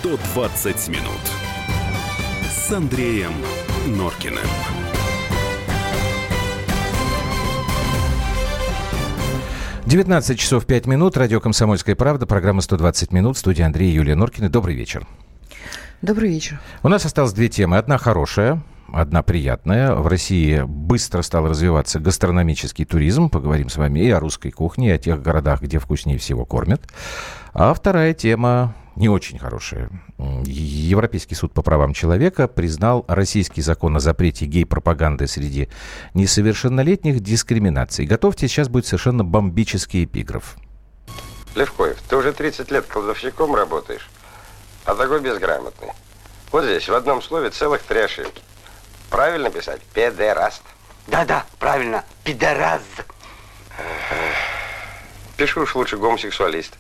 120 минут с Андреем Норкиным. «19 часов 5 минут», радио «Комсомольская правда», программа «120 минут», студия Андрей и Юлия Норкины. Добрый вечер. Добрый вечер. У нас осталось две темы. Одна хорошая, одна приятная. В России быстро стал развиваться гастрономический туризм. Поговорим с вами и о русской кухне, и о тех городах, где вкуснее всего кормят. А вторая тема не очень хорошая. Европейский суд по правам человека признал российский закон о запрете гей-пропаганды среди несовершеннолетних дискриминацией. Готовьте, сейчас будет совершенно бомбический эпиграф. Левкоев, ты уже 30 лет кладовщиком работаешь, а такой безграмотный. Вот здесь в одном слове целых 3 ошибки. Правильно писать? Педераст. Да-да, правильно. Пидораз. Пишу уж лучше гомосексуалист.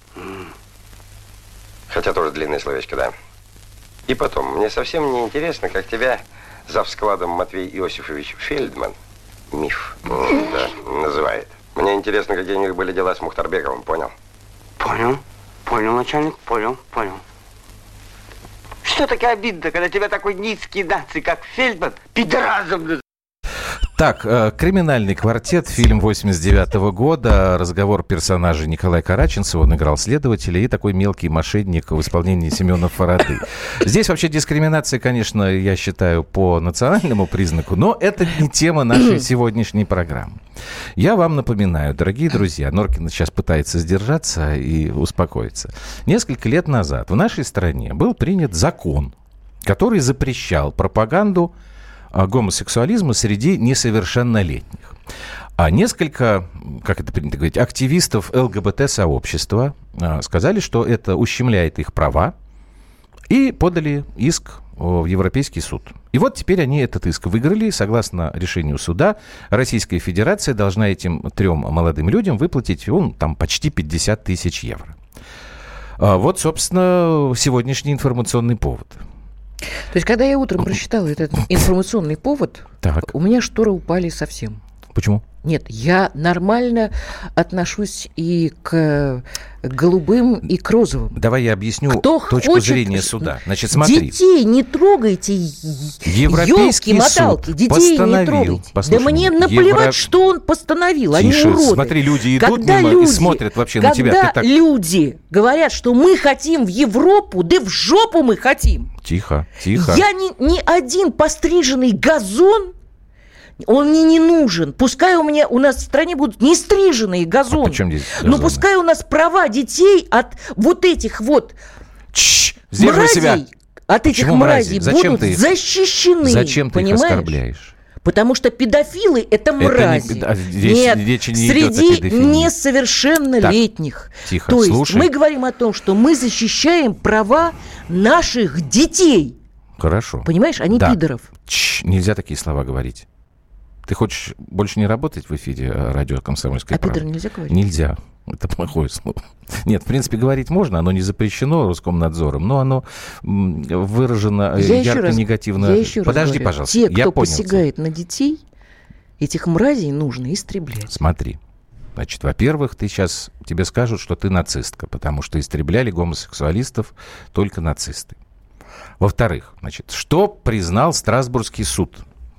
Хотя тоже длинное словечко, да. И потом, мне совсем не интересно, как тебя завскладом Матвей Иосифович Фельдман, МИФ, называет. Мне интересно, какие у них были дела с Мухтарбековым, понял? Понял, начальник, понял. Что такое обидно, когда тебя такой низкий наций, как Фельдман, пидоразом называют? Так, «Криминальный квартет», фильм 89-го года, разговор персонажа Николая Караченцева, он играл следователя, и такой мелкий мошенник в исполнении Семена Фарады. Здесь вообще дискриминация, конечно, я считаю, по национальному признаку, но это не тема нашей сегодняшней программы. Я вам напоминаю, дорогие друзья, Норкин сейчас пытается сдержаться и успокоиться. Несколько лет назад в нашей стране был принят закон, который запрещал пропаганду гомосексуализма среди несовершеннолетних. А несколько, как это принято говорить, активистов ЛГБТ-сообщества сказали, что это ущемляет их права, и подали иск в Европейский суд. И вот теперь они этот иск выиграли. Согласно решению суда, Российская Федерация должна этим 3 молодым людям выплатить там почти 50 тысяч евро. Вот, собственно, сегодняшний информационный повод. То есть, когда я утром прочитала этот информационный повод, так, у меня шторы упали совсем. Почему? Нет, я нормально отношусь и к голубым, и к розовым. Давай я объясню точку зрения суда. Значит, смотри. Детей не трогайте, ёлки-моталки, детей не трогайте. Да мне наплевать, что он постановил, Тише, они уроды. Смотри, люди идут мимо и смотрят вообще на тебя. Когда люди говорят, что мы хотим в Европу, да в жопу мы хотим. Тихо. Я ни один постриженный газон, он мне не нужен. Пускай у нас в стране будут не стриженные газоны. Почему здесь газоны? Но пускай у нас права детей от вот этих вот сдерживай себя. От этих мразей будут защищены. Зачем ты их оскорбляешь? Потому что педофилы – это мрази. Нет, среди несовершеннолетних. Тихо, то есть слушай. мы говорим о том, что мы защищаем права наших детей. Хорошо. Понимаешь, а не пидоров. Нельзя такие слова говорить. Ты хочешь больше не работать в эфире радио «Комсомольская правда»? А пидор нельзя говорить? Нельзя. Это плохое слово. Нет, в принципе, говорить можно, оно не запрещено Роскомнадзором, но оно выражено ярко негативно. Подожди, пожалуйста. Те, кто посягает на детей, этих мразей нужно истреблять. Смотри. Значит, во-первых, тебе скажут, что ты нацистка, потому что истребляли гомосексуалистов только нацисты. Во-вторых, значит, что признал Страсбургский суд?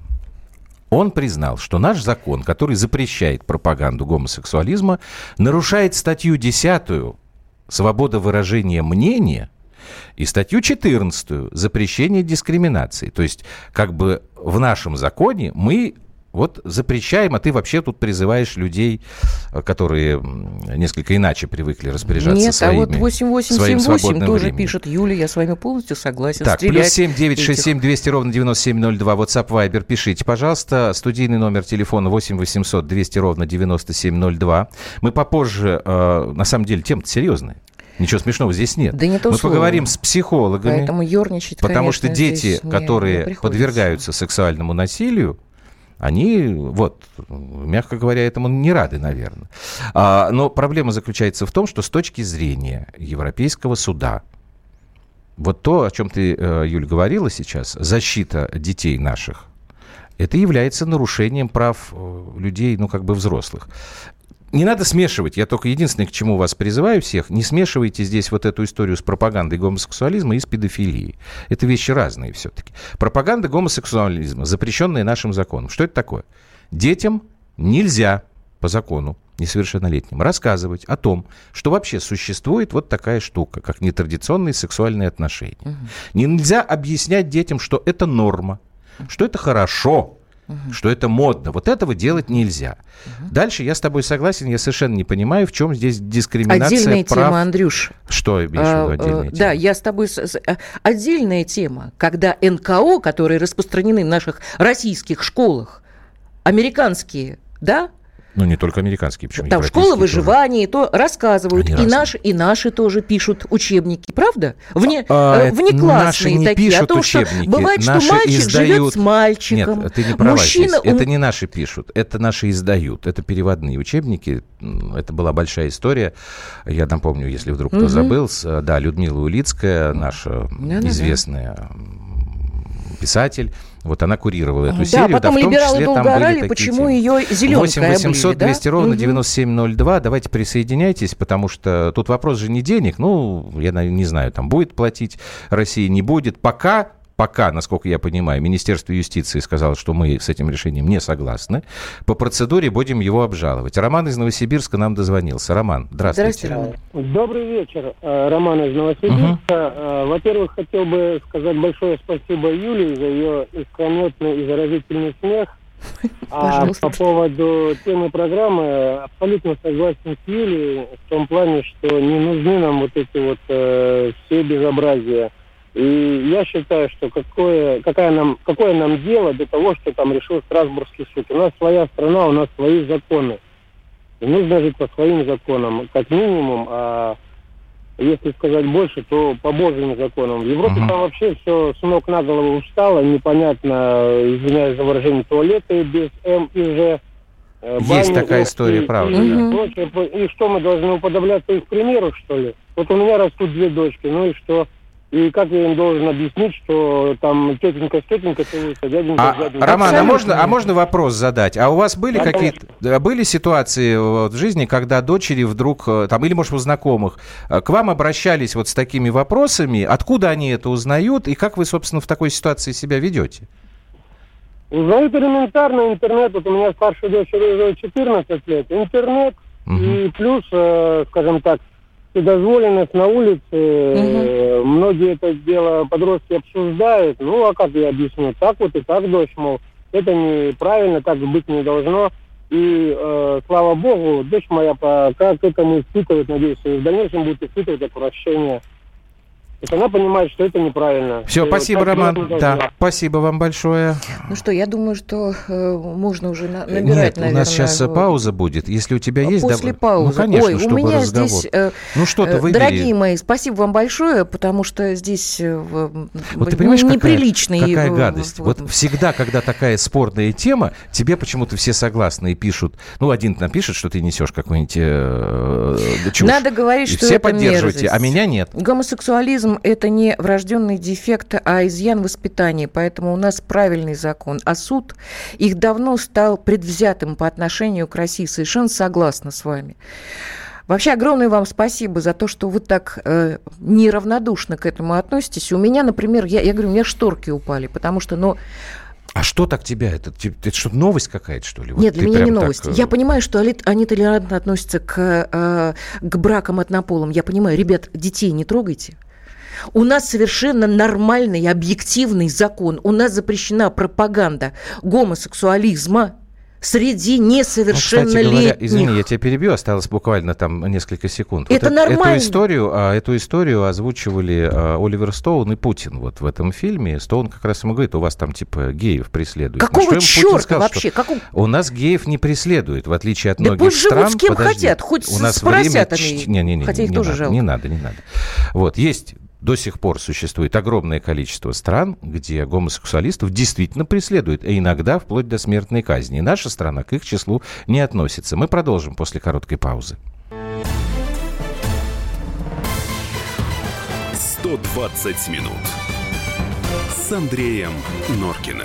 Он признал, что наш закон, который запрещает пропаганду гомосексуализма, нарушает статью 10 «Свобода выражения мнения» и статью 14 «Запрещение дискриминации». То есть, как бы в нашем законе мы запрещаем, а ты вообще тут призываешь людей, которые несколько иначе привыкли распоряжаться своими. Нет, а вот 8878 тоже временем. Пишет: Юля, я с вами полностью согласен. Так, плюс 7967 200 ровно 9702, WhatsApp, Viber, пишите, пожалуйста. Студийный номер телефона 8 800 200 ровно 9702. Мы попозже, на самом деле, тема-то серьезная. Ничего смешного здесь нет. Да не то Мы слово. Поговорим с психологами. Поэтому ерничать, потому что дети, которые подвергаются сексуальному насилию, они, мягко говоря, этому не рады, наверное. Но проблема заключается в том, что с точки зрения Европейского суда, вот то, о чем ты, Юль, говорила сейчас, защита детей наших, это является нарушением прав людей, взрослых. Не надо смешивать. Я только единственное, к чему вас призываю всех, не смешивайте здесь вот эту историю с пропагандой гомосексуализма и с педофилией. Это вещи разные все-таки. Пропаганда гомосексуализма, запрещенная нашим законом. Что это такое? Детям нельзя по закону несовершеннолетним рассказывать о том, что вообще существует вот такая штука, как нетрадиционные сексуальные отношения. Нельзя объяснять детям, что это норма, что это хорошо, что это модно. Вот этого делать нельзя. Дальше я с тобой согласен, я совершенно не понимаю, в чем здесь дискриминация отдельная прав. Тема, Андрюш. Что имеешь в виду отдельная тема? Да, я с тобой... Отдельная тема, когда НКО, которые распространены в наших российских школах, американские, да? Ну, не только американские, почему? Там школа выживания, то рассказывают. И наши тоже пишут учебники, правда? Внеклассные наши не такие. пишут О том, учебники. что бывает, наши что мальчик издают... живет с мальчиком. Нет, ты не права мужчина... здесь. Это не наши пишут, это наши издают. Это переводные учебники. Это была большая история. Я напомню, если вдруг кто забыл. Да, Людмила Улицкая, наша известная писатель. Вот она курировала эту серию. Да, потом в том либералы числе, долго там орали, почему ее зеленкой 8 800 200 ровно 9702. Давайте присоединяйтесь, потому что тут вопрос же не денег. Ну, я не знаю, там будет платить Россия, не будет. Пока, насколько я понимаю, Министерство юстиции сказало, что мы с этим решением не согласны. По процедуре будем его обжаловать. Роман из Новосибирска нам дозвонился. Роман, здравствуйте. Роман. Добрый вечер, Роман из Новосибирска. Во-первых, хотел бы сказать большое спасибо Юлии за ее искрометный и заразительный смех. А по поводу темы программы абсолютно согласен с Юлией в том плане, что не нужны нам вот эти вот все безобразия. И я считаю, что какое нам дело до того, что там решил Страсбургский суд. У нас своя страна, у нас свои законы. И нужно жить по своим законам, как минимум, а если сказать больше, то по Божьим законам. В Европе там вообще все с ног на голову встало, непонятно, извиняюсь за выражение, туалеты без М и Ж. Есть такая история, правда. И что, мы должны уподобляться их примеру, что ли? Вот у меня растут 2 дочки, ну и что? И как я им должен объяснить, что там тетенька с тетенькой целуется, дяденька с дяденькой? Роман, а можно вопрос задать? А у вас были были ситуации в жизни, когда дочери вдруг, там, или, может, у знакомых, к вам обращались вот с такими вопросами? Откуда они это узнают? И как вы, собственно, в такой ситуации себя ведете? Узнают элементарно интернет. Вот у меня старшей дочери уже 14 лет. Интернет и плюс, скажем так, вседозволенность на улице. Многие это дело подростки обсуждают. Ну, а как я объясню? Так вот и так, дочь, мол, это неправильно, так быть не должно. И, слава богу, дочь моя пока к этому испытывает, надеюсь, и в дальнейшем будет испытывать отвращение. То есть она понимает, что это неправильно. Все, спасибо, Роман. Да, спасибо вам большое. Ну что, я думаю, что можно уже набирать, Нет, наверное. у нас сейчас пауза будет. Если у тебя есть... После паузы. Ну, конечно, Ой, чтобы у меня разговор. здесь, ну, что-то выбери. Дорогие мои, спасибо вам большое, потому что здесь вот ты понимаешь, неприличные... какая гадость. Вот всегда, когда такая спорная тема, тебе почему-то все согласны и пишут. Ну, один напишет, что ты несешь какую-нибудь чушь. Надо говорить, и что все это поддерживаете, мерзость. а меня нет. Гомосексуализм – это не врожденный дефект, а изъян воспитания. Поэтому у нас правильный закон. А суд их давно стал предвзятым по отношению к России. Совершенно согласна с вами. Вообще, огромное вам спасибо за то, что вы так неравнодушно к этому относитесь. У меня, например, я говорю, у меня шторки упали, потому что, А что так тебя? Это что, новость какая-то, что ли? Нет, для меня не новость. Я понимаю, что они толерантно относятся к бракам однополым. Я понимаю, ребят, детей не трогайте. У нас совершенно нормальный, объективный закон. У нас запрещена пропаганда гомосексуализма среди несовершеннолетних. Кстати говоря, извини, я тебя перебью, осталось буквально там несколько секунд. Это нормально. Эту историю озвучивали Оливер Стоун и Путин вот в этом фильме. Стоун как раз ему говорит, у вас там типа геев преследуют. Какого черта вообще? У нас геев не преследуют, в отличие от да многих стран. Живут с кем хотят, хоть у нас с поросятами. Не, хотя их тоже жалко. Не надо. Вот, есть... До сих пор существует огромное количество стран, где гомосексуалистов действительно преследуют, и иногда вплоть до смертной казни. И наша страна к их числу не относится. Мы продолжим после короткой паузы. 120 минут с Андреем Норкиным.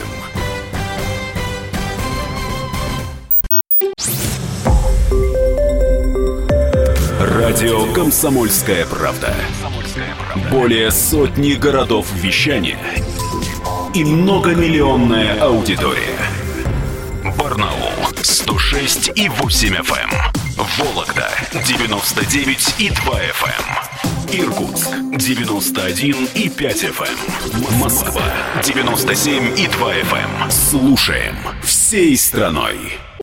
Радио «Комсомольская правда». Более сотни городов вещания и многомиллионная аудитория. Барнаул 106,8 FM. Вологда 99,2 FM. Иркутск 91,5 FM. Москва 97,2 FM. Слушаем всей страной.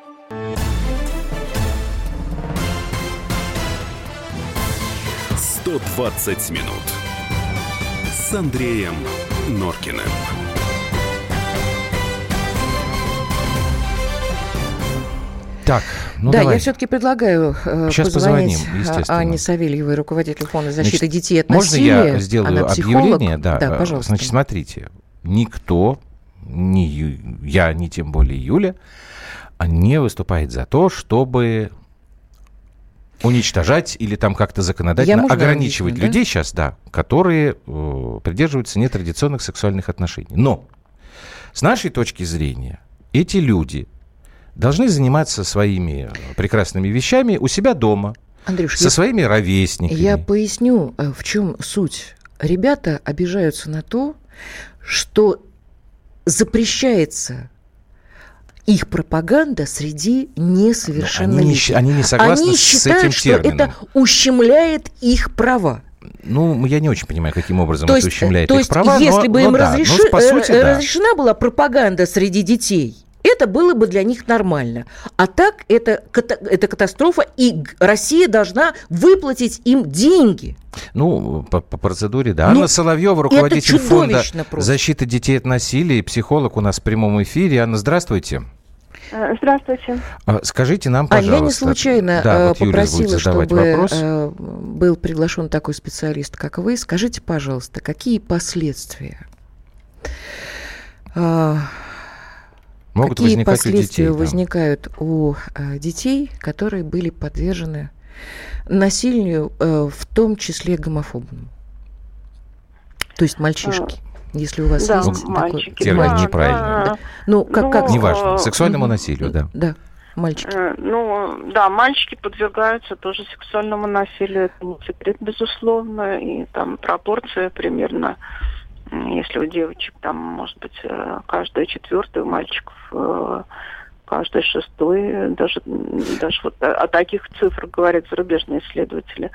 «120 минут» с Андреем Норкиным. Так, ну да, давай. Я все-таки предлагаю позвонить Анне Савельевой, руководителю Фонда защиты детей от насилия. Можно я сделаю объявление? Да, пожалуйста. Значит, смотрите, никто, ни я, ни тем более Юля, не выступает за то, чтобы уничтожать или там как-то законодательно ограничивать людей сейчас, да, которые придерживаются нетрадиционных сексуальных отношений. Но с нашей точки зрения эти люди должны заниматься своими прекрасными вещами у себя дома, Андрюш, со своими ровесниками. Я поясню, в чем суть. Ребята обижаются на то, что запрещается их пропаганда среди несовершеннолетних. Они не согласны с этим термином. Они считают, что это ущемляет их права. Ну, я не очень понимаю, каким образом это ущемляет их права. То есть, если бы им разрешена была пропаганда среди детей, это было бы для них нормально. А так это катастрофа, и Россия должна выплатить им деньги. Ну, по процедуре, да. Анна Соловьева, руководитель Фонда защиты детей от насилия и психолог у нас в прямом эфире. Анна, здравствуйте. Здравствуйте. Скажите нам, пожалуйста. Я не случайно попросила, чтобы был приглашен такой специалист, как вы. Скажите, пожалуйста, какие последствия? Какие последствия возникают у детей, которые были подвержены насилию, в том числе гомофобному? То есть мальчишки, если у вас есть мальчики, такой термин неправильный. Да. Ну, как неважно, сексуальному насилию, да. Да, мальчики. Мальчики подвергаются тоже сексуальному насилию, это не секрет, безусловно, и там пропорция примерно. Если у девочек там, может быть, каждая четвертая, у мальчиков каждый шестой, даже вот о таких цифрах говорят зарубежные исследователи.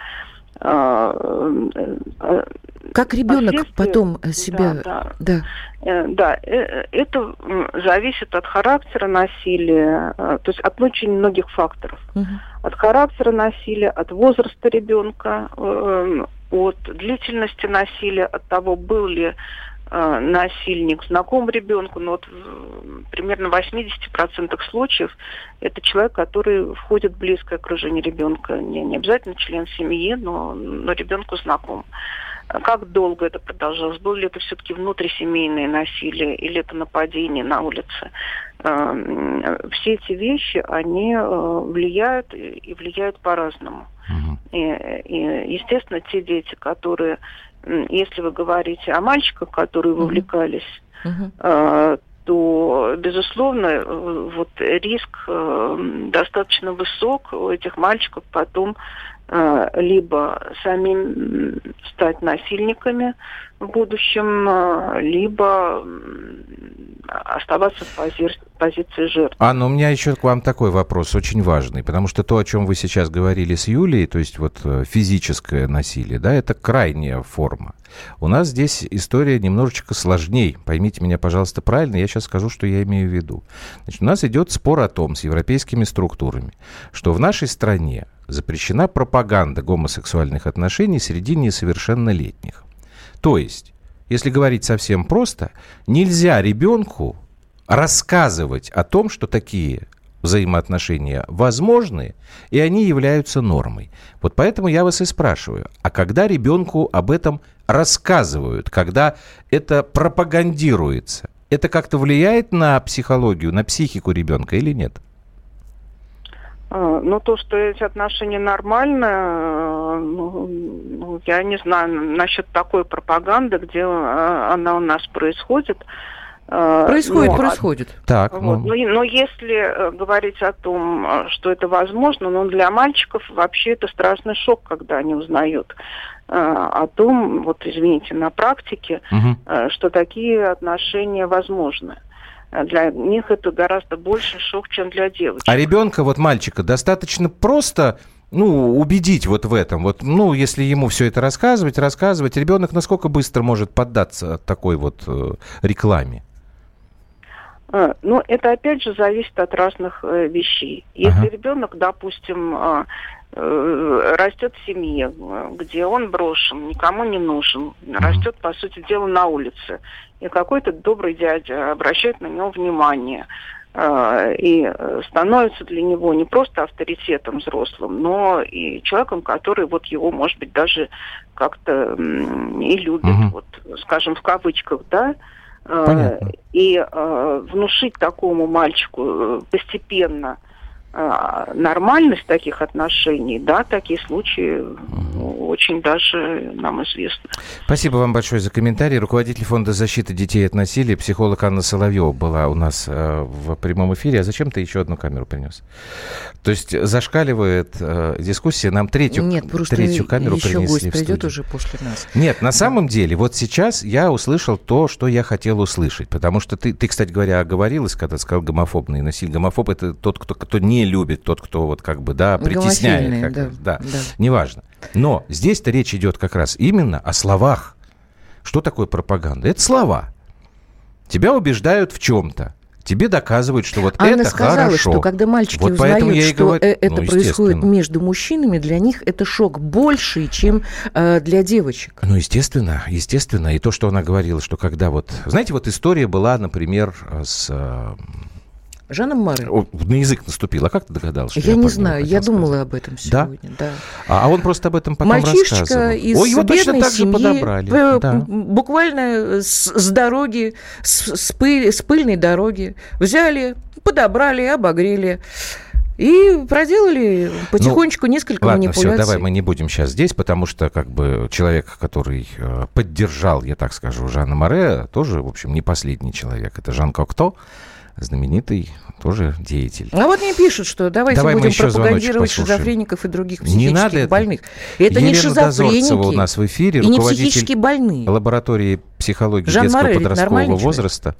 Как ребенок потом себя... Да, это зависит от характера насилия, то есть от очень многих факторов. От характера насилия, от возраста ребенка, от длительности насилия, от того, был ли насильник знаком ребенку. Но вот примерно в 80% случаев это человек, который входит в близкое окружение ребенка. Не обязательно член семьи, но ребенку знаком. Как долго это продолжалось? Было ли это все-таки внутрисемейное насилие или это нападение на улице? Все эти вещи, они влияют и влияют по-разному. И, естественно, те дети, которые, если вы говорите о мальчиках, которые вовлекались, то, безусловно, вот риск достаточно высок у этих мальчиков потом либо самим стать насильниками в будущем, либо оставаться в позиции жертвы. Анна, у меня еще к вам такой вопрос, очень важный, потому что то, о чем вы сейчас говорили с Юлией, то есть вот физическое насилие, да, это крайняя форма. У нас здесь история немножечко сложней. Поймите меня, пожалуйста, правильно, я сейчас скажу, что я имею в виду. Значит, у нас идет спор о том с европейскими структурами, что в нашей стране запрещена пропаганда гомосексуальных отношений среди несовершеннолетних. То есть, если говорить совсем просто, нельзя ребенку рассказывать о том, что такие взаимоотношения возможны, и они являются нормой. Вот поэтому я вас и спрашиваю, а когда ребенку об этом рассказывают, когда это пропагандируется, это как-то влияет на психологию, на психику ребенка или нет? Ну, то, что эти отношения нормальны, я не знаю насчет такой пропаганды, где она у нас происходит. Происходит. Так, вот. Но если говорить о том, что это возможно, для мальчиков вообще это страшный шок, когда они узнают о том, вот извините, на практике, что такие отношения возможны. Для них это гораздо больше шок, чем для девочек. А ребенка, вот мальчика, достаточно просто... убедить вот в этом. Вот, если ему все это рассказывать, ребенок насколько быстро может поддаться такой вот рекламе? Это опять же зависит от разных вещей. Если ребенок, допустим, растет в семье, где он брошен, никому не нужен, растет, по сути дела, на улице, и какой-то добрый дядя обращает на него внимание, и становится для него не просто авторитетом взрослым, но и человеком, который вот его, может быть, даже как-то и любит, вот, скажем, в кавычках, да. Понятно. И внушить такому мальчику постепенно нормальность таких отношений, да, такие случаи очень даже нам известны. Спасибо вам большое за комментарий. Руководитель фонда защиты детей от насилия, психолог Анна Соловьева была у нас в прямом эфире. А зачем ты еще одну камеру принес? То есть зашкаливает дискуссия. Нам третью камеру еще принесли гость в придет студию. уже после нас. Нет, на самом деле, вот сейчас я услышал то, что я хотел услышать. Потому что ты, кстати говоря, оговорилась, когда сказал гомофобный насилие. Гомофоб — это тот, кто не любит, тот, кто вот как бы, да, притесняет. Да. Неважно. Но здесь-то речь идет как раз именно о словах. Что такое пропаганда? Это слова. Тебя убеждают в чем-то. Тебе доказывают, что вот Анна это сказала, хорошо. что когда мальчики вот узнают, что это происходит между мужчинами, для них это шок больше, чем для девочек. Естественно. И то, что она говорила, что когда вот... Знаете, вот история была, например, с... Жаном Море. На язык наступил. А как ты догадалась? Я не знаю. Я думала об этом сегодня. Да? А он просто об этом потом рассказывал. Мальчишка из его бедной семьи подобрали. Буквально с дороги, с пыльной дороги взяли, подобрали, обогрели. И проделали потихонечку несколько манипуляций. Ладно, все, давай мы не будем сейчас здесь, потому что как бы человек, который поддержал, я так скажу, Жана Море, тоже, в общем, не последний человек. Это Жан Кокто, знаменитый тоже деятель. А вот мне пишут, что давайте будем пропагандировать шизофреников и других психических больных. Это не шизофреники у нас в эфире, и не психически больные. Лаборатории психологии детского подросткового возраста.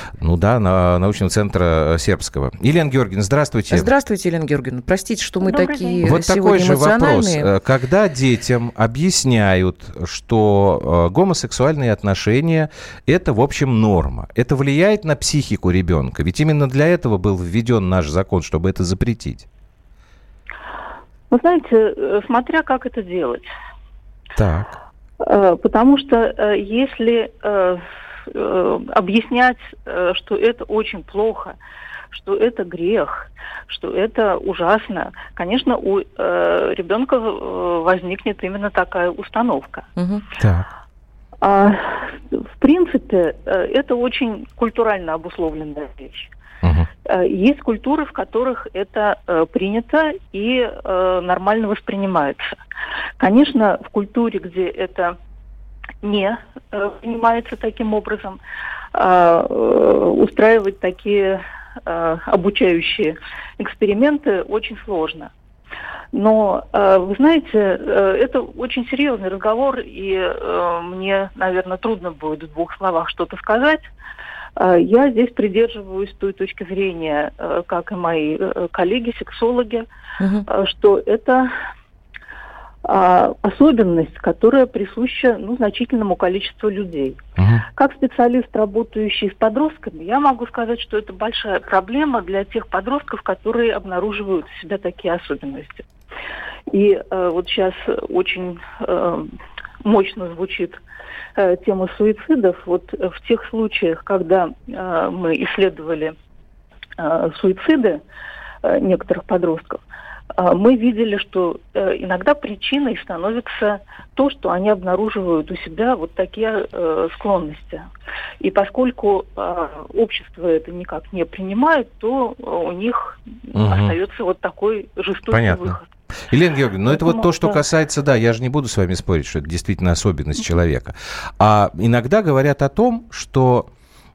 Научного центра Сербского. Елена Георгиевна, здравствуйте. Здравствуйте, Елена Георгиевна. Простите, что мы такие вот сегодня такой же эмоциональные. вопрос. Когда детям объясняют, что гомосексуальные отношения – это, в общем, норма, это влияет на психику ребенка? Ведь именно для этого был введен наш закон, чтобы это запретить. Вы знаете, смотря как это делать. Так. Потому что если объяснять, что это очень плохо, что это грех, что это ужасно, конечно, у ребенка возникнет именно такая установка. Так. В принципе, это очень культурально обусловленная вещь. Есть культуры, в которых это принято и нормально воспринимается. Конечно, в культуре, где это не принимается таким образом, устраивать такие обучающие эксперименты очень сложно. Но, вы знаете, это очень серьезный разговор, и мне, наверное, трудно будет в двух словах что-то сказать. Я здесь придерживаюсь той точки зрения, как и мои коллеги-сексологи, что это особенность, которая присуща значительному количеству людей. Как специалист, работающий с подростками, я могу сказать, что это большая проблема для тех подростков, которые обнаруживают у себя такие особенности. И вот сейчас очень мощно звучит тема суицидов. Вот в тех случаях, когда мы исследовали суициды некоторых подростков, мы видели, что иногда причиной становится то, что они обнаруживают у себя вот такие склонности. И поскольку общество это никак не принимает, то у них остается вот такой жестокий выход. Елена Георгиевна, это вот то, что касается, я же не буду с вами спорить, что это действительно особенность человека. А иногда говорят о том, что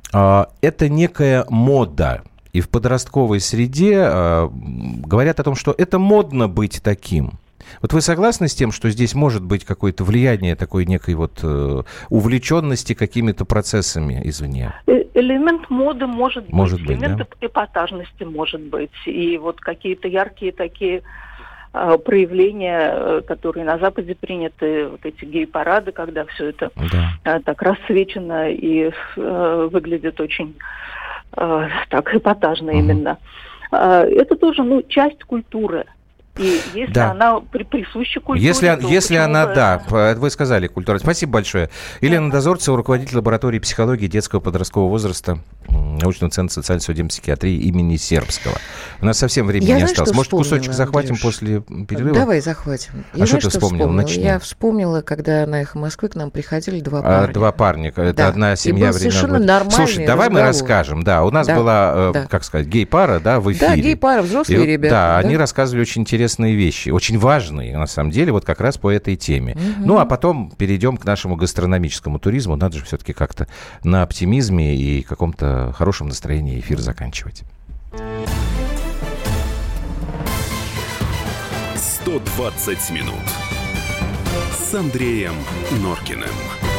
это некая мода. И в подростковой среде говорят о том, что это модно быть таким. Вот вы согласны с тем, что здесь может быть какое-то влияние такой некой вот увлеченности какими-то процессами извне? Элемент моды может быть, элемент да? эпатажности может быть. И вот какие-то яркие такие проявления, которые на Западе приняты, вот эти гей-парады, когда все это так расцвечено и выглядит очень так эпатажно именно. Это тоже часть культуры. И если она присуща культуре... Если она, вы сказали культура. Спасибо большое. Елена Дозорцева, руководитель лаборатории психологии детского подросткового возраста научного центра социальной судебной психиатрии имени Сербского. У нас совсем времени не осталось. Может, кусочек захватим после перерыва? Давай захватим. Что ты вспомнила? Начни. Я вспомнила, когда на «Эхо Москвы» к нам приходили два парня. Два парня. Это одна семья. И был совершенно нормальный Слушай, давай мы расскажем. Да, у нас была, как сказать, гей-пара, в эфире. Да, гей-пара, взрослые ребята. Да, они рассказывали очень интересные вещи, очень важные, на самом деле, вот как раз по этой теме. Ну, а потом перейдем к нашему гастрономическому туризму. Надо же все-таки как-то на оптимизме и каком-то хорошем настроении эфир заканчивать. 120 минут с Андреем Норкиным.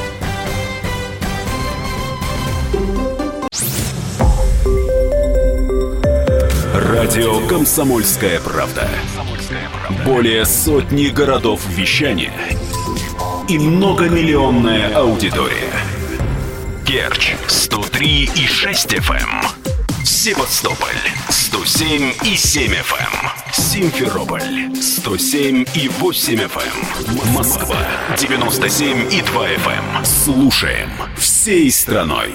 Радио «Комсомольская правда». Более сотни городов вещания и многомиллионная аудитория. Керчь 103,6 FM. Севастополь 107,7 FM. Симферополь 107,8 FM. Москва 97,2 FM. Слушаем всей страной.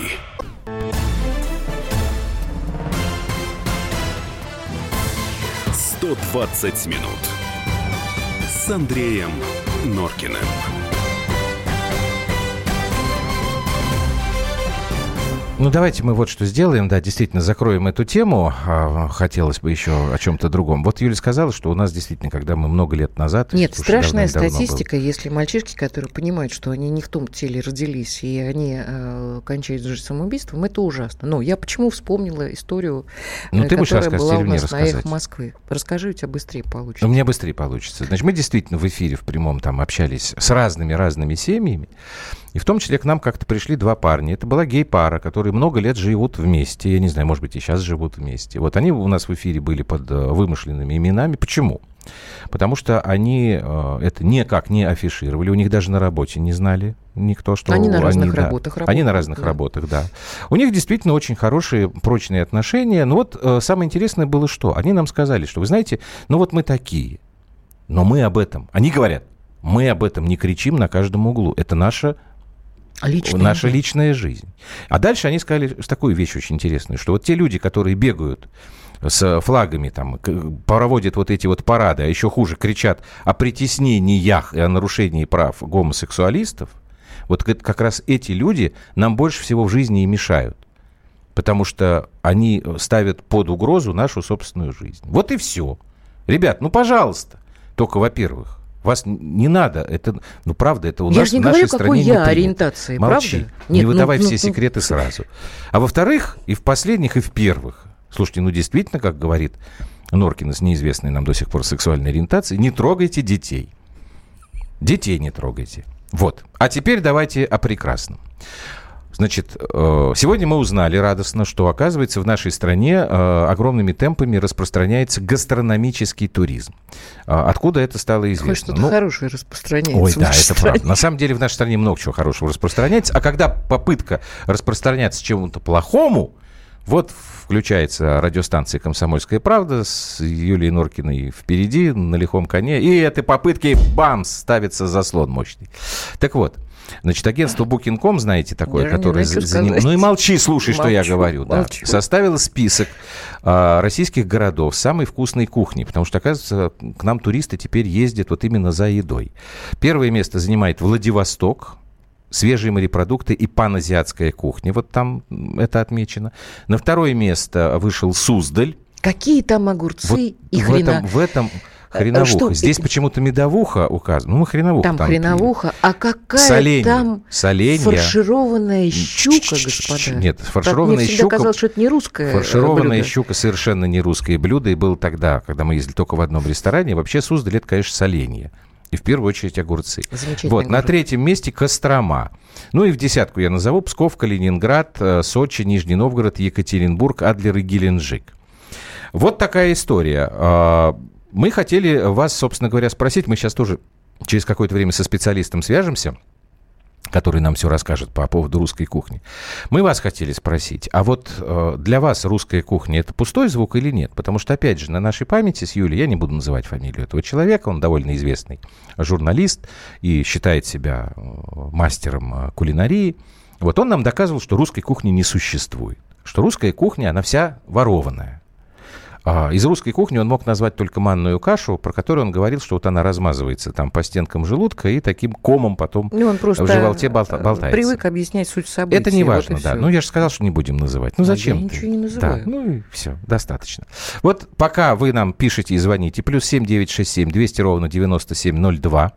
«120 минут» с Андреем Норкиным. Ну, давайте мы вот что сделаем. Да, действительно, закроем эту тему. Хотелось бы еще о чем-то другом. Вот Юля сказала, что у нас действительно, когда мы много лет назад... Нет, страшная статистика, если мальчишки, которые понимают, что они не в том теле родились, и они кончают жизнь самоубийством, это ужасно. Но я почему вспомнила историю, которая была у нас на «Эхо Москвы». Расскажи, у тебя быстрее получится. У меня быстрее получится. Значит, мы действительно в эфире в прямом там общались с разными семьями. И в том числе к нам как-то пришли два парня. Это была гей-пара, которые много лет живут вместе. Я не знаю, может быть, и сейчас живут вместе. Вот они у нас в эфире были под вымышленными именами. Почему? Потому что они это никак не афишировали. У них даже на работе не знали никто, что... Они на разных работах работают. Они на разных работах, да. У них действительно очень хорошие, прочные отношения. Но вот самое интересное было что? Они нам сказали, что, вы знаете, ну вот мы такие, но мы об этом... Они говорят, мы об этом не кричим на каждом углу. Это наша личная жизнь. А дальше они сказали такую вещь очень интересную, что вот те люди, которые бегают с флагами, там, проводят вот эти вот парады, а еще хуже, кричат о притеснениях и о нарушении прав гомосексуалистов, вот как раз эти люди нам больше всего в жизни и мешают. Потому что они ставят под угрозу нашу собственную жизнь. Вот и все. Ребят, ну, пожалуйста. Только, во-первых, вас не надо, это, ну, правда, это у нас в нашей стране не принято. Я не говорю, какой я ориентации, молчи, правда? Не выдавай все секреты сразу. А во-вторых, и в последних, и в первых, слушайте, ну, действительно, как говорит Норкина с неизвестной нам до сих пор сексуальной ориентацией, не трогайте детей. Детей не трогайте. Вот. А теперь давайте о прекрасном. Значит, сегодня мы узнали радостно, что, оказывается, в нашей стране огромными темпами распространяется гастрономический туризм. Откуда это стало известно? Что-то хорошее распространяется. Ой, да, это правда. На самом деле в нашей стране много чего хорошего распространяется. А когда попытка распространяться чему-то плохому, вот включается радиостанция «Комсомольская правда» с Юлией Норкиной впереди, на лихом коне. И этой попытки, бам, ставится заслон мощный. Так вот. Значит, агентство Booking.com, знаете, такое, которое... Ну и молчи, слушай, что я говорю. Да. Составило список российских городов с самой вкусной кухней, потому что, оказывается, к нам туристы теперь ездят вот именно за едой. Первое место занимает Владивосток, свежие морепродукты и паназиатская кухня. Вот там это отмечено. На второе место вышел Суздаль. Какие там огурцы вот и хрена? В этом Хреновуха. Здесь почему-то медовуха указана. Ну, мы хреновуха там хреновуха, пили. А какая там фаршированная щука, господа. Нет, фаршированная щука... Мне всегда казалось, что это не русское фаршированная блюдо. Щука совершенно не русское блюдо. И было тогда, когда мы ездили только в одном ресторане. Вообще Суздаль — это, конечно, соленье. И в первую очередь огурцы. Вот, на третьем месте Кострома. Ну и в десятку я назову Псков, Калининград, Сочи, Нижний Новгород, Екатеринбург, Адлер и Геленджик. Вот такая история. Мы хотели вас, собственно говоря, спросить. Мы сейчас тоже через какое-то время со специалистом свяжемся, который нам все расскажет по поводу русской кухни. Мы вас хотели спросить, а вот для вас русская кухня — это пустой звук или нет? Потому что, опять же, на нашей памяти с Юлей, я не буду называть фамилию этого человека, он довольно известный журналист и считает себя мастером кулинарии. Вот он нам доказывал, что русской кухни не существует, что русская кухня, она вся ворованная. Из русской кухни он мог назвать только манную кашу, про которую он говорил, что вот она размазывается там по стенкам желудка и таким комом потом в животе болтается. Привык объяснять суть событий. Это не важно, вот да. Ну, я же сказал, что не будем называть. Ну, зачем? Я ничего не называю. Да, ну и все, достаточно. Вот пока вы нам пишете и звоните, +7 967 200 ровно 9702.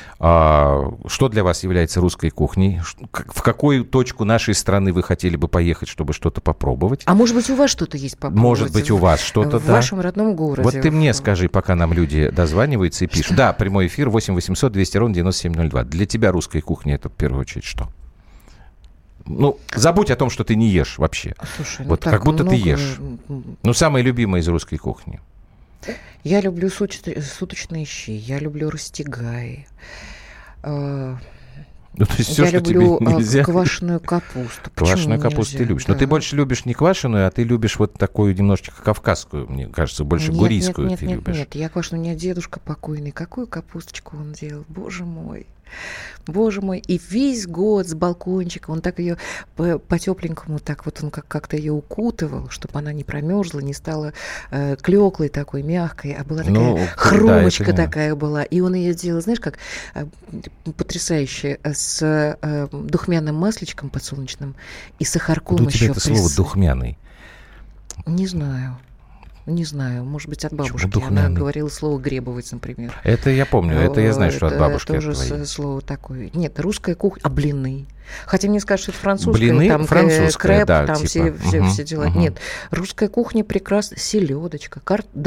Что для вас является русской кухней? В какую точку нашей страны вы хотели бы поехать, чтобы что-то попробовать? А может быть, у вас что-то есть попробовать? Может быть, у вас что-то, в вашем родном городе. Вот ты мне скажи, пока нам люди дозваниваются и пишут. Да, прямой эфир 8 800 200 ровно 9702. Для тебя русская кухня — это в первую очередь что? Ну, забудь о том, что ты не ешь вообще. Слушай, вот как будто ты ешь. Ну, самое любимое из русской кухни. Я люблю суточные щи, я люблю растягаи. Ну, то есть все, я что люблю тебе нельзя. Квашеную капусту. Квашеную капусту ты любишь. Да. Но ты больше любишь не квашеную, а ты любишь вот такую немножечко кавказскую, мне кажется, больше гурийскую ты любишь. Нет, я квашеную, у меня дедушка покойный. Какую капусточку он делал, боже мой. Боже мой, и весь год с балкончика он так ее по-тепленькому, так вот он как-то ее укутывал, чтобы она не промерзла, не стала клеклой такой, мягкой, а была такая хромочка такая была. И он ее делал, знаешь, как потрясающе, с духмяным масличком подсолнечным и сахарком еще. У тебя это слово «духмяный»? Не знаю, может быть, от бабушки. Она говорила слово «гребовать», например. Это я помню, это я знаю, что от бабушки. Это тоже слово такое. Нет, русская кухня, блины. Хотя мне скажут, что это французская. Блины, там французская, крэп, да, там типа. все дела. Нет, русская кухня прекрасна. Селедочка,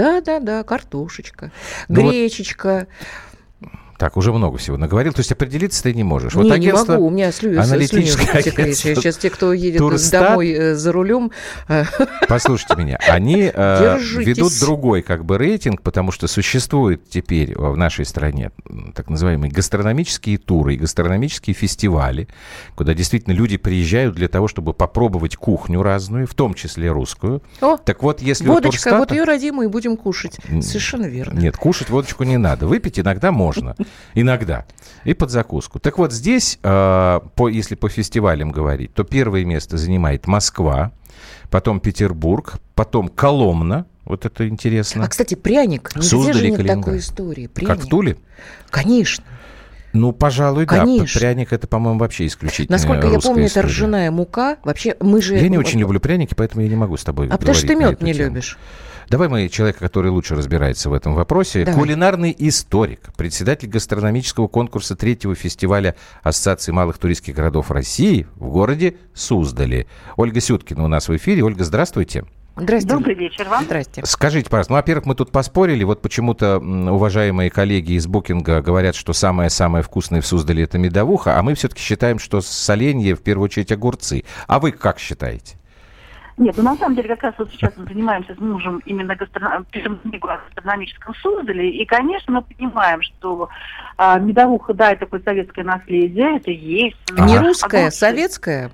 картошечка, гречечка. Так, уже много всего наговорил. То есть определиться ты не можешь. Вот не могу, у меня аналитическое агентство сейчас те, кто едет Турстат, домой за рулем... Послушайте меня, они ведут другой как бы рейтинг, потому что существует теперь в нашей стране так называемые гастрономические туры и гастрономические фестивали, куда действительно люди приезжают для того, чтобы попробовать кухню разную, в том числе русскую. Так вот, если водочка, вот ее родимую и будем кушать. Совершенно верно. Нет, кушать водочку не надо. Выпить иногда можно. Иногда. И под закуску. Так вот здесь, если по фестивалям говорить, то первое место занимает Москва, потом Петербург, потом Коломна. Вот это интересно. А, кстати, пряник. Нигде же нет такой истории. Пряник. Как в Туле? Конечно. Ну, пожалуй, конечно. Да. Пряник — это, по-моему, вообще исключительно Насколько я помню, история. Это ржаная мука. Вообще, мы же... Я не очень люблю пряники, поэтому я не могу с тобой говорить. Потому что ты мед не любишь. Давай мы человека, который лучше разбирается в этом вопросе. Давай. Кулинарный историк, председатель гастрономического конкурса 3-го фестиваля Ассоциации малых туристских городов России в городе Суздале. Ольга Сюткина у нас в эфире. Ольга, здравствуйте. Здравствуйте. Добрый вечер вам. Здрасте. Скажите, пожалуйста, во-первых, мы тут поспорили. Вот почему-то уважаемые коллеги из Букинга говорят, что самое-самое вкусное в Суздале — это медовуха, а мы все-таки считаем, что соленье, в первую очередь, огурцы. А вы как считаете? Нет, ну на самом деле как раз вот сейчас мы занимаемся с мужем именно пишем книгу о гастрономическом Суздале, и, конечно, мы понимаем, что медовуха, да, это такое советское наследие, это есть. Не русское, советское?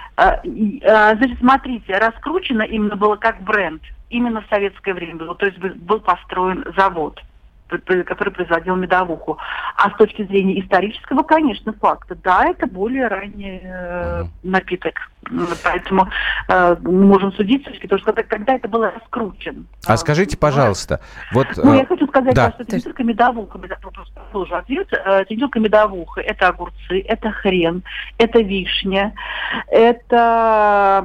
Значит, смотрите, раскручено именно было как бренд, именно в советское время было, то есть был построен завод, который производил медовуху. А с точки зрения исторического, конечно, факта, да, это более ранний напиток. Поэтому мы можем судить, когда это было раскручен. А скажите, пожалуйста, вот... я хочу сказать, да, что это не только медовуха, это не только медовуха, это огурцы, это хрен, это вишня, это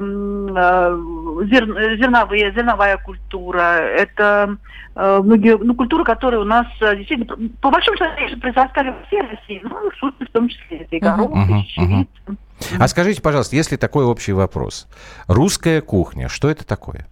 зерновая культура, это многие культуры, которые у нас действительно, по большому счету, произрастали во всей России, в том числе, это и горох, и чечевица. А скажите, пожалуйста, если такой общий вопрос. Русская кухня, что это такое?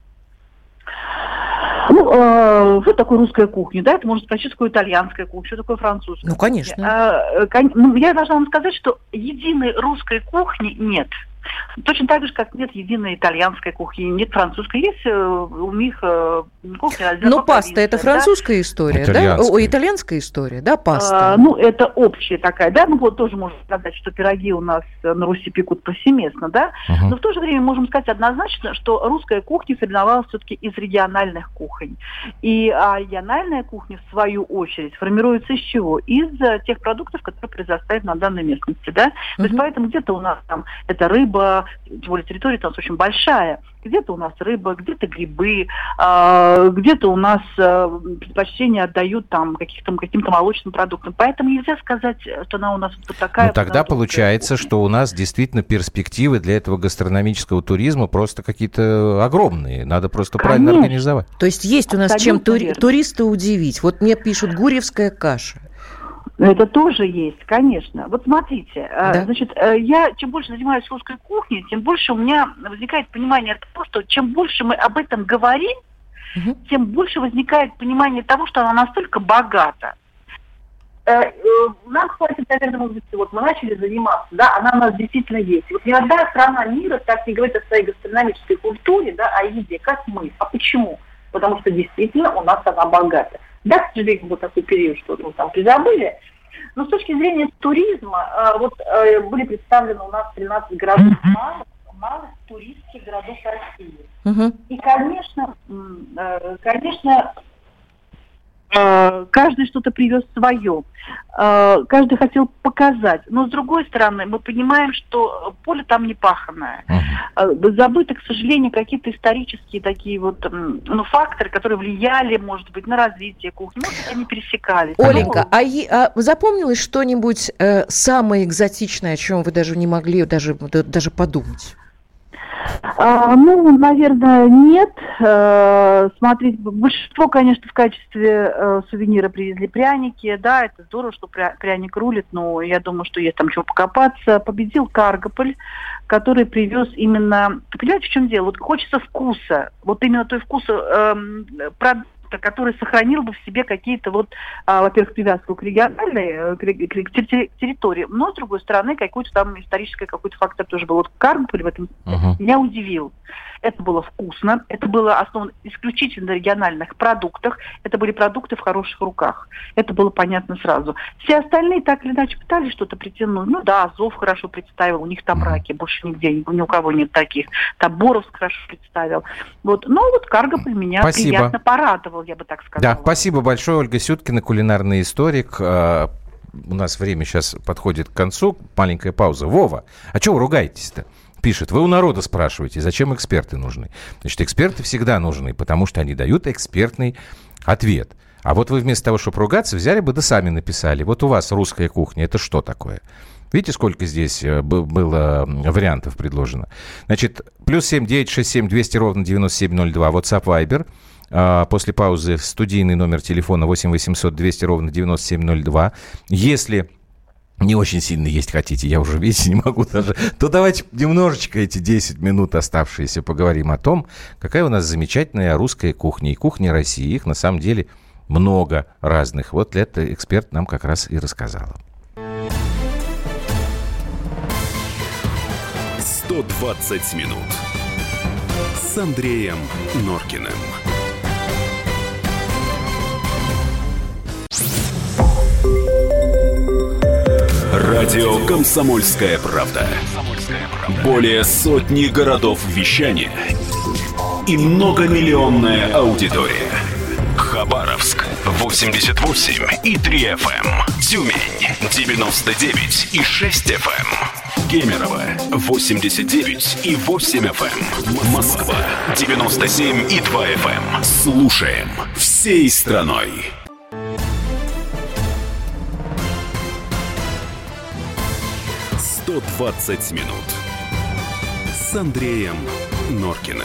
Что такое русская кухня? Да, это можно спросить, что такое итальянская кухня, что такое французская. Конечно. Я должна вам сказать, что единой русской кухни нет. Точно так же, как нет единой итальянской кухни, нет французской. Есть у них кухня. Но паста – это французская история, да? Итальянская история, да, паста? Это общая такая, да. Тоже можно сказать, что пироги у нас на Руси пекут повсеместно, да. Но в то же время можем сказать однозначно, что русская кухня соревновалась все-таки из региональных кухонь. И региональная кухня, в свою очередь, формируется из чего? Из тех продуктов, которые произрастают на данной местности, да. То есть поэтому где-то у нас там это рыба, тем более территория там очень большая. Где-то у нас рыба, где-то грибы, где-то у нас предпочтение отдают там каким-то молочным продуктам. Поэтому нельзя сказать, что она у нас вот такая. Но тогда получается, что у нас действительно перспективы для этого гастрономического туризма просто какие-то огромные. Надо просто правильно организовать. То есть есть у нас чем туриста удивить. Вот мне пишут гурьевская каша. Это тоже есть, конечно. Вот смотрите, да. Значит, я чем больше занимаюсь русской кухней, тем больше у меня возникает понимание того, что чем больше мы об этом говорим, тем больше возникает понимание того, что она настолько богата. Нам хватит, наверное, может быть, вот мы начали заниматься, да, она у нас действительно есть. Вот ни одна страна мира так не говорит о своей гастрономической культуре, да, о еде, как мы. А почему? Потому что действительно у нас она богата. Да, к сожалению, был такой период, что там призабыли. Но с точки зрения туризма, были представлены у нас 13 городов малых туристских городов России. И, конечно, каждый что-то привез свое. Каждый хотел показать. Но, с другой стороны, мы понимаем, что поле там не паханое. Забыты, к сожалению, какие-то исторические такие вот факторы, которые влияли, может быть, на развитие кухни. Может быть, они пересекались. Оленька, а запомнилось что-нибудь самое экзотичное, о чем вы даже не могли даже подумать? Наверное, нет. Смотрите, большинство, конечно, в качестве сувенира привезли пряники. Да, это здорово, что пряник рулит, но я думаю, что есть там чего покопаться. Победил Каргополь, который привез именно... Понимаете, в чем дело? Вот хочется вкуса. Вот именно той вкуса продукта, который сохранил бы в себе какие-то во-первых, привязку к региональной, к территории, но, с другой стороны, какой-то там исторический какой-то фактор тоже был. Вот Каргополь в этом меня удивил. Это было вкусно, это было основано исключительно на региональных продуктах, это были продукты в хороших руках. Это было понятно сразу. Все остальные так или иначе пытались что-то притянуть. Азов хорошо представил, у них там раки, больше нигде, ни у кого нет таких. Там Боровск хорошо представил. Но Каргополь меня приятно порадовал, я бы так сказала. Да, спасибо большое, Ольга Сюткина, кулинарный историк. У нас время сейчас подходит к концу, маленькая пауза. Вова, а чего вы ругаетесь-то? Пишет, вы у народа спрашиваете, зачем эксперты нужны? Значит, эксперты всегда нужны, потому что они дают экспертный ответ. А вот вы вместо того, чтобы ругаться, взяли бы да сами написали. Вот у вас русская кухня, это что такое? Видите, сколько здесь было вариантов предложено? Значит, +7 967 200 ровно 9702, WhatsApp, Viber. После паузы студийный номер телефона 8 800 200 ровно 9702. Если не очень сильно есть хотите, я уже, видите, не могу даже, то давайте немножечко эти 10 минут оставшиеся поговорим о том, какая у нас замечательная русская кухня и кухня России. Их на самом деле много разных. Вот это эксперт нам как раз и рассказала. 120 минут с Андреем Норкиным. Радио «Комсомольская правда». Более сотни городов вещания и многомиллионная аудитория. Хабаровск. 88,3 FM. Тюмень 99,6 FM. Кемерово 89,8 FM. Москва 97,2 FM. Слушаем всей страной. «120 минут» с Андреем Норкиным.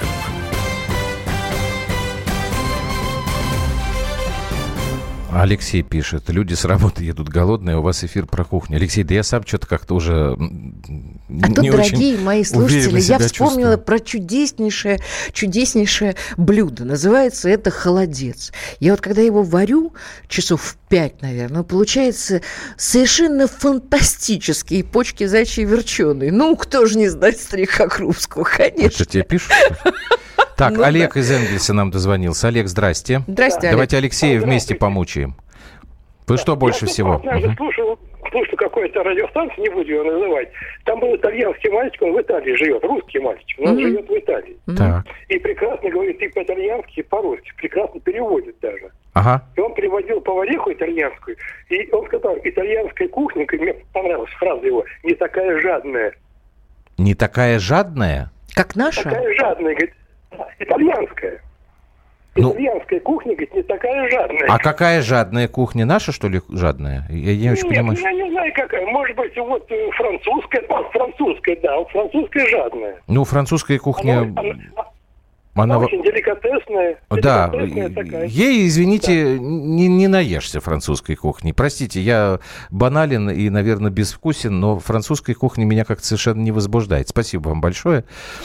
Алексей пишет, люди с работы едут голодные, у вас эфир про кухню. Алексей, да я сам что-то как-то уже не тут, очень дорогие мои слушатели, я вспомнила про чудеснейшее блюдо. Называется это холодец. Я вот когда его варю, часов в 5, наверное, получается совершенно фантастические почки зайчьи верченые. Ну, кто же не знает старика Крупского, конечно. Что тебе пишут? Так, Олег из Энгельса нам дозвонился. Олег, здрасте. Здрасте, давайте Алексея вместе помучаем. Вы что больше всего? Я слушал какой-то радиостанцию, не буду его называть. Там был итальянский мальчик, он в Италии живет, русский мальчик, но он живет в Италии. Так. И прекрасно говорит и по-итальянски, и по-русски, прекрасно переводит даже. Ага. И он переводил повариху итальянскую, и он сказал, итальянская кухня, мне понравилась фраза его, не такая жадная. Не такая жадная? Как наша? Такая жадная, говорит, итальянская. Итальянская кухня, говорит, не такая жадная. А какая жадная кухня? Наша, что ли, жадная? Я не очень понимаю. Я не знаю, какая. Может быть, вот французская, французская жадная. Ну, французская кухня... Она очень деликатесная. Да, такая. Ей, извините, не наешься французской кухни. Простите, я банален и, наверное, безвкусен, но французская кухня меня как-то совершенно не возбуждает. Спасибо вам большое.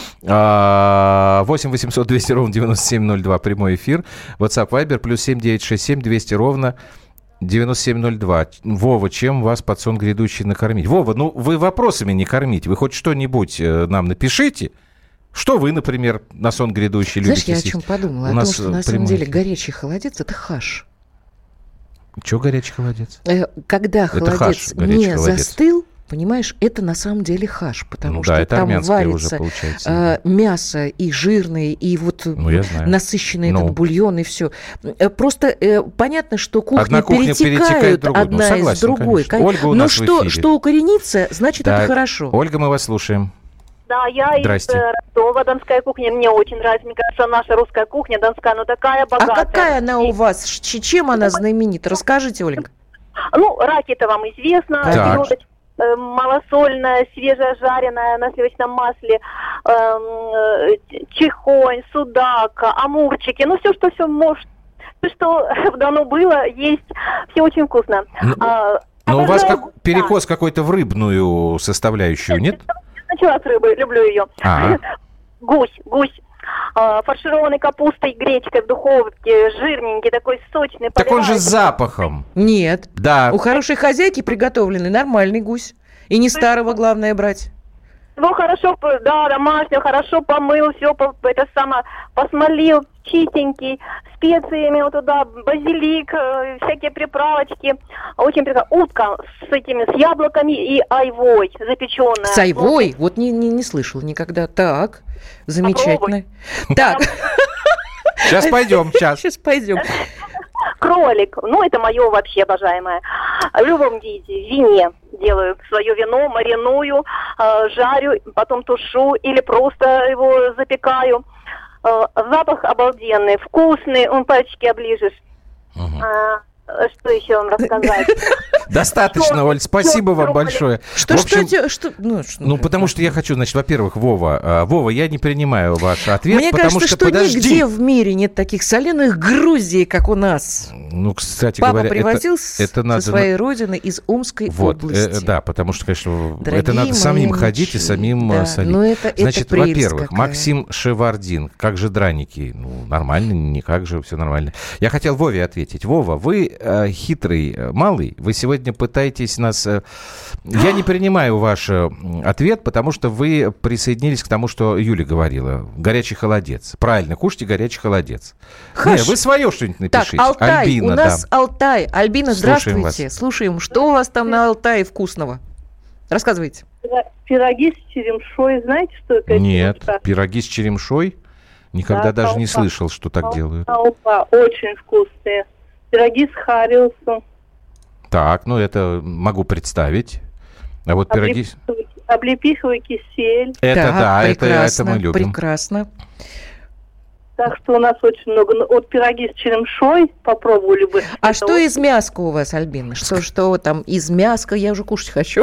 8 800 200 ровно 9702, прямой эфир. WhatsApp Viber, +7 967 200 ровно 9702. Вова, чем вас под сон грядущий накормить? Вова, ну вы вопросами не кормите. Вы хоть что-нибудь нам напишите. Что вы, например, на сон грядущий любите? Знаешь, я о чем подумала? О том, что на самом деле горячий холодец – это хаш. Чего горячий холодец? Когда холодец не застыл, понимаешь, это на самом деле хаш, потому что там варится мясо и жирное, и вот насыщенный этот бульон, и все. Просто понятно, что кухни перетекают одна из другой. Но что укоренится, значит, это хорошо. Ольга, мы вас слушаем. Да, я из Ростова, донская кухня, мне очень нравится, мне кажется, наша русская кухня донская, ну такая богатая. А какая она у вас? Чем она знаменита? Расскажите, Ольга. Ну, раки-то вам известно, малосольная, свежежаренная на сливочном масле, чехонь, судак, амурчики, ну все, что может, что давно было, есть, все очень вкусно. Но у вас перекос какой-то в рыбную составляющую, нет? Начала с рыбы, люблю ее. Гусь. Фаршированной капустой, гречкой в духовке, жирненький, такой сочный. Так он же с запахом. Нет. Да. У хорошей хозяйки приготовленный нормальный гусь. И не старого, главное, брать. Его хорошо, да, домашнего, хорошо помыл, все, это самое, посмолил, чистенький, специями вот туда, базилик, всякие приправочки. Очень прекрасно. Утка с яблоками и айвой запеченная. С айвой? Вот не слышал никогда. Так, замечательно. Так. Сейчас пойдем, Сейчас пойдем. Кролик, ну это мое вообще обожаемое. В любом виде, в вине делаю свое вино, мариную, жарю, потом тушу или просто его запекаю. Запах обалденный, вкусный, пальчики оближешь. Что еще вам рассказать? Достаточно, Оль, спасибо вам большое. Потому что я хочу, значит, во-первых, Вова, я не принимаю ваш ответ. Мне кажется, что нигде в мире нет таких соленых Грузий, как у нас. Ну, кстати говоря, папа привозил со своей родины из Омской области. Да, потому что, конечно, это надо самим ходить и самим солить. Значит, во-первых, Максим Шевардин, как же драники? Ну, нормально, никак же, все нормально. Я хотел Вове ответить. Вова, вы хитрый малый, вы сегодня пытаетесь нас... Я не принимаю ваш ответ, потому что вы присоединились к тому, что Юля говорила. Горячий холодец. Правильно, кушайте горячий холодец. Нет, вы свое что-нибудь напишите. Так, Алтай, Альбина, у нас Алтай. Альбина, здравствуйте. Слушаем, что у вас там на Алтае вкусного? Рассказывайте. Пироги с черемшой, знаете, что это? Нет, пироги с черемшой? Никогда даже не слышал, что так делают. Очень вкусные. Пироги с Хариусом. Так, ну это могу представить. А вот пироги... Облепиховый кисель. Это так, да, это мы любим. Прекрасно. Так что у нас очень много. Вот пироги с черемшой попробовали бы. А что из мяска у вас, Альбина? Что там из мяска? Я уже кушать хочу.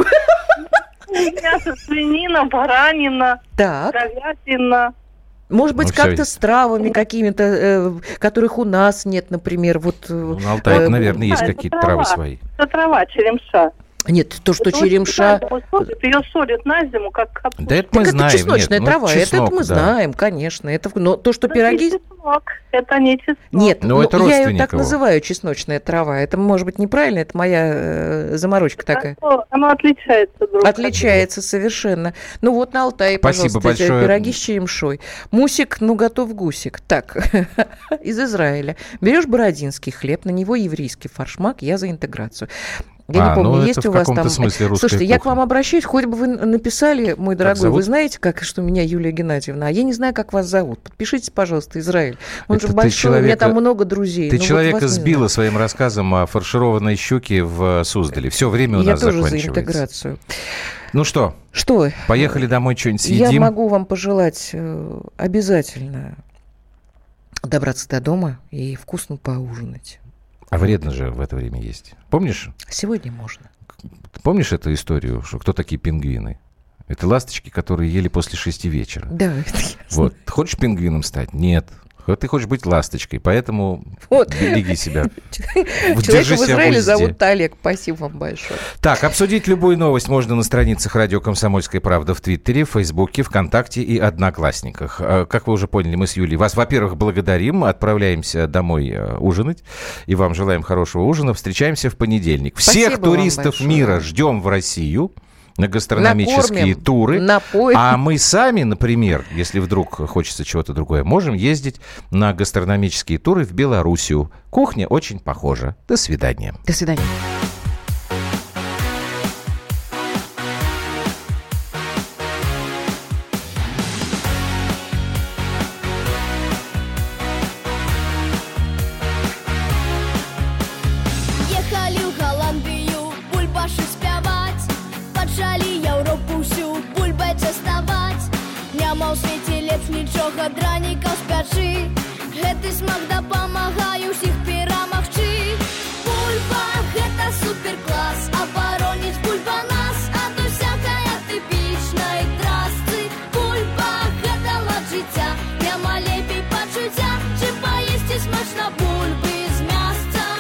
Мясо, свинина, баранина, говядина. Может быть, как-то с травами какими-то, которых у нас нет, например. Вот, на Алтае, наверное, есть какие-то травы свои. Это трава, черемша. Нет, то, что черемша... Ее солят на зиму, как капусту. Да это мы знаем. Это чесночная трава, чеснок, это мы знаем, конечно. Но то, что пироги... Чеснок, это не чеснок. Нет, это я ее так его. называю, чесночная трава. Это, может быть, неправильно, это моя заморочка такая. Оно отличается друг от друга. Отличается совершенно. Ну вот на Алтае, Спасибо пожалуйста, большое. Пироги с черемшой. Мусик, готов гусик. Так, из Израиля. Берешь бородинский хлеб, на него еврейский форшмак, я за интеграцию. Я не помню, есть у вас там... Слушайте, я к вам обращаюсь, хоть бы вы написали, мой дорогой, вы знаете, что меня Юлия Геннадьевна, а я не знаю, как вас зовут. Подпишитесь, пожалуйста, Израиль. Он же большой, у меня там много друзей. Ты человека сбила своим рассказом о фаршированной щуке в Суздале. Все время у нас заканчивается. Я тоже за интеграцию. Ну что? Что? Поехали домой, что-нибудь съедим. Я могу вам пожелать обязательно добраться до дома и вкусно поужинать. А вредно же в это время есть. Помнишь? Сегодня можно. Помнишь эту историю, что кто такие пингвины? Это ласточки, которые ели после 6 вечера. Да, это ясно. Вот. Хочешь пингвином стать? Нет. Ты хочешь быть ласточкой, поэтому береги себя. Человека в Израиле зовут Олег. Спасибо вам большое. Так, обсудить любую новость можно на страницах «Радио Комсомольская правда» в Твиттере, в Фейсбуке, ВКонтакте и Одноклассниках. Как вы уже поняли, мы с Юлей вас, во-первых, благодарим, отправляемся домой ужинать, и вам желаем хорошего ужина. Встречаемся в понедельник. Всех туристов мира ждем в Россию на гастрономические туры. А мы сами, например, если вдруг хочется чего-то другое, можем ездить на гастрономические туры в Белоруссию. Кухня очень похожа. До свидания. До свидания. Нічога дранікаў спячы, гэты смак дапамагае ўсіх перамагчы. Бульба – гэта суперклас, абароніць бульба нас ад усякай атыпічнай трасцы. Бульба – гэта лад жыцця, няма лепей пачуцця, чым паесці смачна бульбы з мясцам.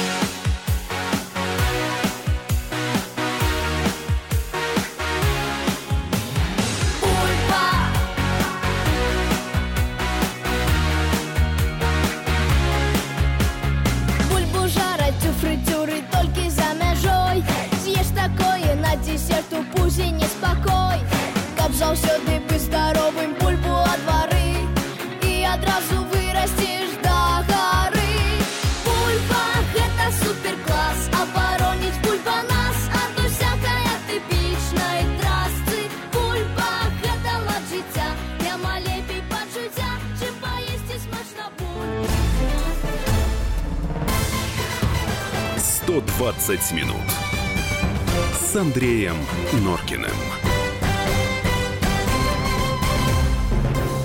Десерту пузе неспакой, каб заўсёды быць здаровым, бульбу ад двары і адразу вырасцеш да гары. Бульба – гэта суперклас, абароніць бульба нас ад усякай атыпічнай трасцы. Бульба – гэта лад жыцця, няма лепей пачуцця, чым паесці смачна бульбу. 120 минут с Андреем Норкиным.